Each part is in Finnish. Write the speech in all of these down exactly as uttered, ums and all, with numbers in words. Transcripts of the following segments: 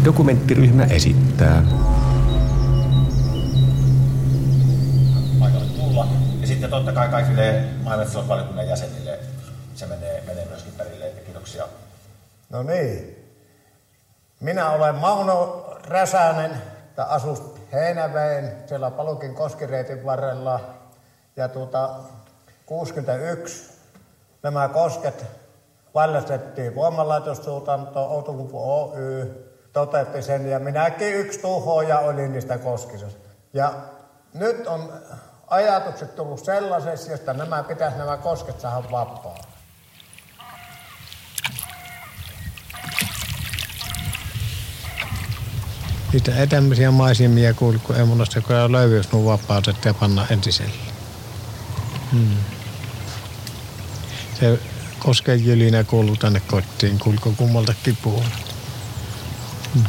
Dokumenttiryhmä esittää. Paikalle tulla. Ja sitten totta kai kaikille maa- ja metsätalousvaliokunnan jäsenille se menee, menee myöskin perille. Kiitoksia. No niin. Minä olen Mauno Räsänen, että asun Heinäveen, siellä Palukin koskireitin varrella. Ja tuota, kuusikymmentäyksi nämä kosket valjastettiin voimalaitostuotantoon, Outokumpu Oy toteutti sen ja minäkin yksi tuhoja olin niistä koskissa. Ja nyt on ajatukset tullut sellaisessa, että nämä pitäisi nämä kosket saada vapaa. Niitä ei tämmöisiä maisemia kuulu, kun ei mulla se löyvyysnut vapautet ja panna entiselle. Hmm. Se kosken jylinä kuuluu tänne kotiin, kuulko kummaltakin puolelta. Hmm.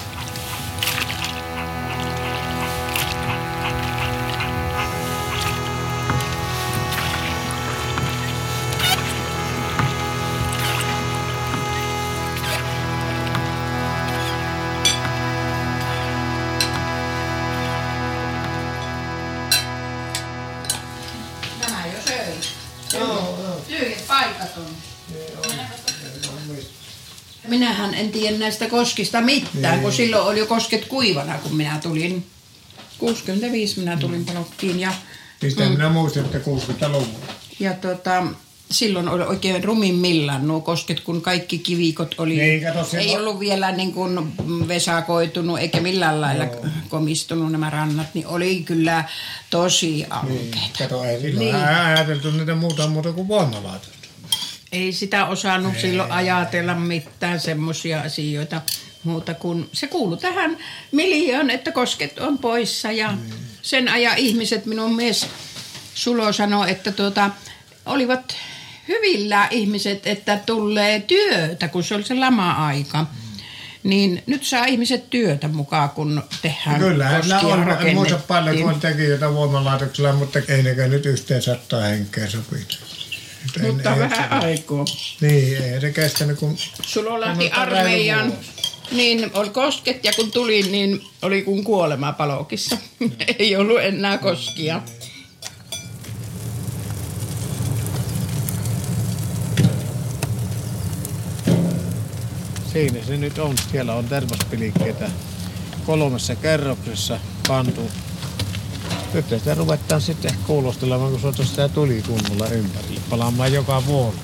Minähän en tiedä näistä koskista mitään, kun silloin oli jo kosket kuivana, kun minä tulin. kuusikymmentäviisi minä tulin Palokkiin. Ja, Mistä mm, minä muistan, että kuusikymmentäluvulla. Ja tota, silloin oli oikein rumimmillaan nuo kosket, kun kaikki kivikot oli. Niin, kato, ei ollut vielä niin kuin vesakoitunut eikä millään lailla no. komistunut nämä rannat, niin oli kyllä tosi aukeita. Niin, kato, ei silloin niin. ajateltu niitä muuta muuta kuin voimalaitot. Ei sitä osannut ei. silloin ajatella mitään semmoisia asioita muuta kuin se kuului tähän miljoon, että kosket on poissa ja mm. sen ajan ihmiset, minun mies Sulo sanoi, että tuota, olivat hyvillä ihmiset, että tulee työtä, kun se oli se lama-aika. Mm. Niin nyt saa ihmiset työtä mukaan, kun tehdään kyllähän koskia rakennettiin. En muista paljon, kun tekijöitä voimalaitoksella, mutta ei nekään nyt yhteen sattaa henkeä sopita. Mutta ei, vähän aikaa. Niin, ei se kestänyt, kun... Sulo lähti armeijan, niin oli kosket ja kun tuli, niin oli kuin kuolema Palokissa. Ei ollut enää koskia. Siinä se nyt on. Siellä on termospilikkeitä kolmessa kerroksessa pantu. Nyt sitä ruvetaan sitten kuulostelemaan, kun suota sitä tuli kunnolla ympärille. Palaamaan joka vuonna.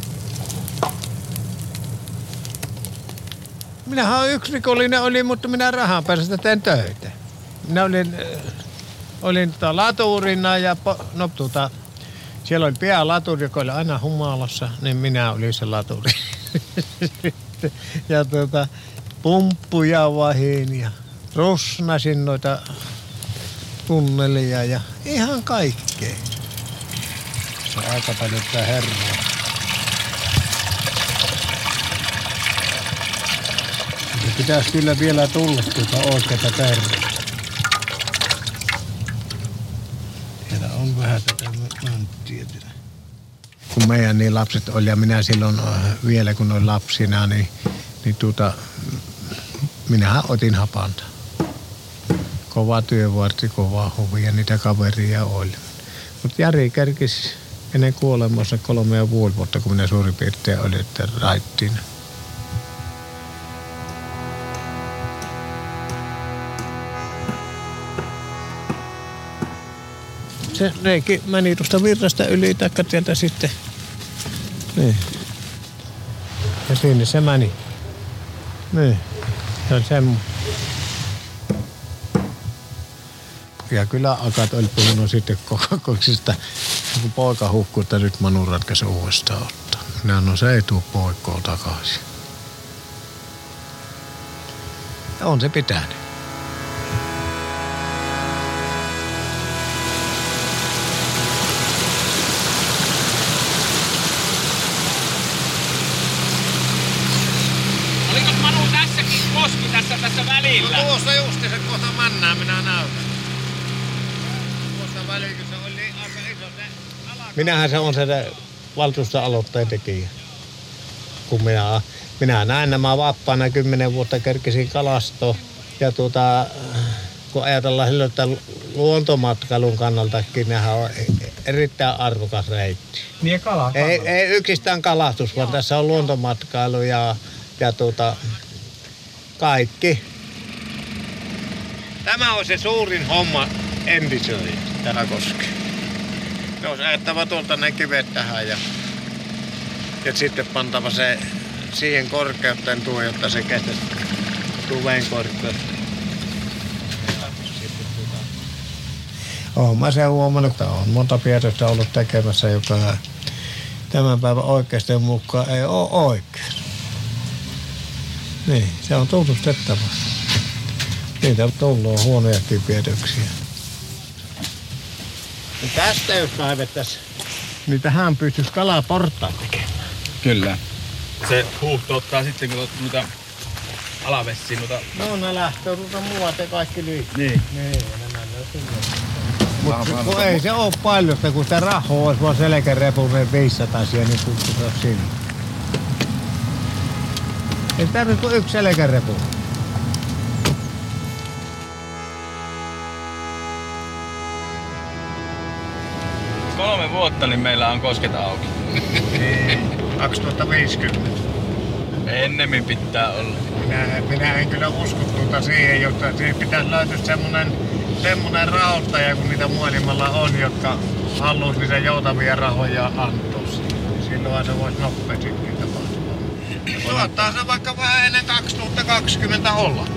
Minähän yksi rikollinen oli, mutta minä rahan perästä teen töitä. Minä olin, olin tota laturina ja no, tota, siellä oli päälaturi, joka oli aina humalassa, niin minä olin se laturi. ja tuota, pumppuja vahin ja rusnasin noita tunnelia ja ihan kaikkea. Se on aika paljon tää herraa. Se pitäisi kyllä vielä tulla tuota oikeata terveä. Siellä on vähän tätä manttia. Kun meidän niin lapset oli ja minä silloin vielä kun olin lapsina, niin, niin tuota, minähän otin hapanta. Kova työvuorti, kova huvi ja niitä kaveria oli. Mutta Jari kerkisi ennen kuolemansa kolme ja puoli vuotta, kun minä suurin piirtein olin, että raittiin. Se reiki meni tuosta virrasta yli, taikka sieltä sitten. Niin. Ja siinä se meni. Niin. Se on semmoinen. Ja kyllä akat oli puhunut sitten kokoksista, kun poika hukkuu, että nyt Manu ratkaisi uudestaan ottaa. Minä no se ei tuu poikkoon takaisin. Ja on se pitänyt. Oliko Manu tässäkin koski tässä, tässä välillä? No tuossa justi se kohta mannaa, minä näytän. Minähän se on se valtuusto-aloitteen tekijä. Kun minä minä näin nämä vapaana kymmenen vuotta kerkisin kalastoon. Ja tuota, kun ajatellaan silloin, että luontomatkailun kannaltakin nehän on erittäin arvokas reitti. Niin kala, ei, ei yksistään kalastus, vaan tässä on luontomatkailu ja, ja tuota, kaikki. Tämä on se suurin homma entisöi täällä koskee. Se olisi ajettava tuolta ne kivet tähän ja, ja sitten pantava se siihen korkeuteen tuo, jotta se kestäisi tuven korkeus. Olen mä sen huomannut, että on monta piirrosta ollut tekemässä, joka tämän päivän oikeasti mukaan ei ole oikein. Niin, se on tunnustettava. Niitä tullut huonojakin piirroksia. Tästä jos kaivettaisiin, niin tähän pystyisi kalaportaan tekemään. Kyllä. Se huuhtouttaa sitten, kun tuota noita alavessiin noita... No ne lähtee tuota muualta kaikki liikkuu. Niin. Niin, ne menee sinne. Mutta kun ei se ole paljon, kun sitä rahoa olisi vaan selkärepunen viisisataa siihen, niin kutsutaan sinne. Ei tarvitse kuin yksi selkärepu. Kolme vuotta niin meillä on kosket auki. kaksituhattaviisikymmentä. Ennemmin pitää olla. Minä, minä en kyllä usko tuota siihen, jotta siihen pitäisi löytyä semmonen, semmonen rahoittaja, kun niitä maailmalla on, jotka haluaisi niitä joutavia rahoja antaa siihen. Silloinhan se voisi nopeasti tapahtua. Saattaa se vaikka vähän ennen kaksituhattakaksikymmentä olla.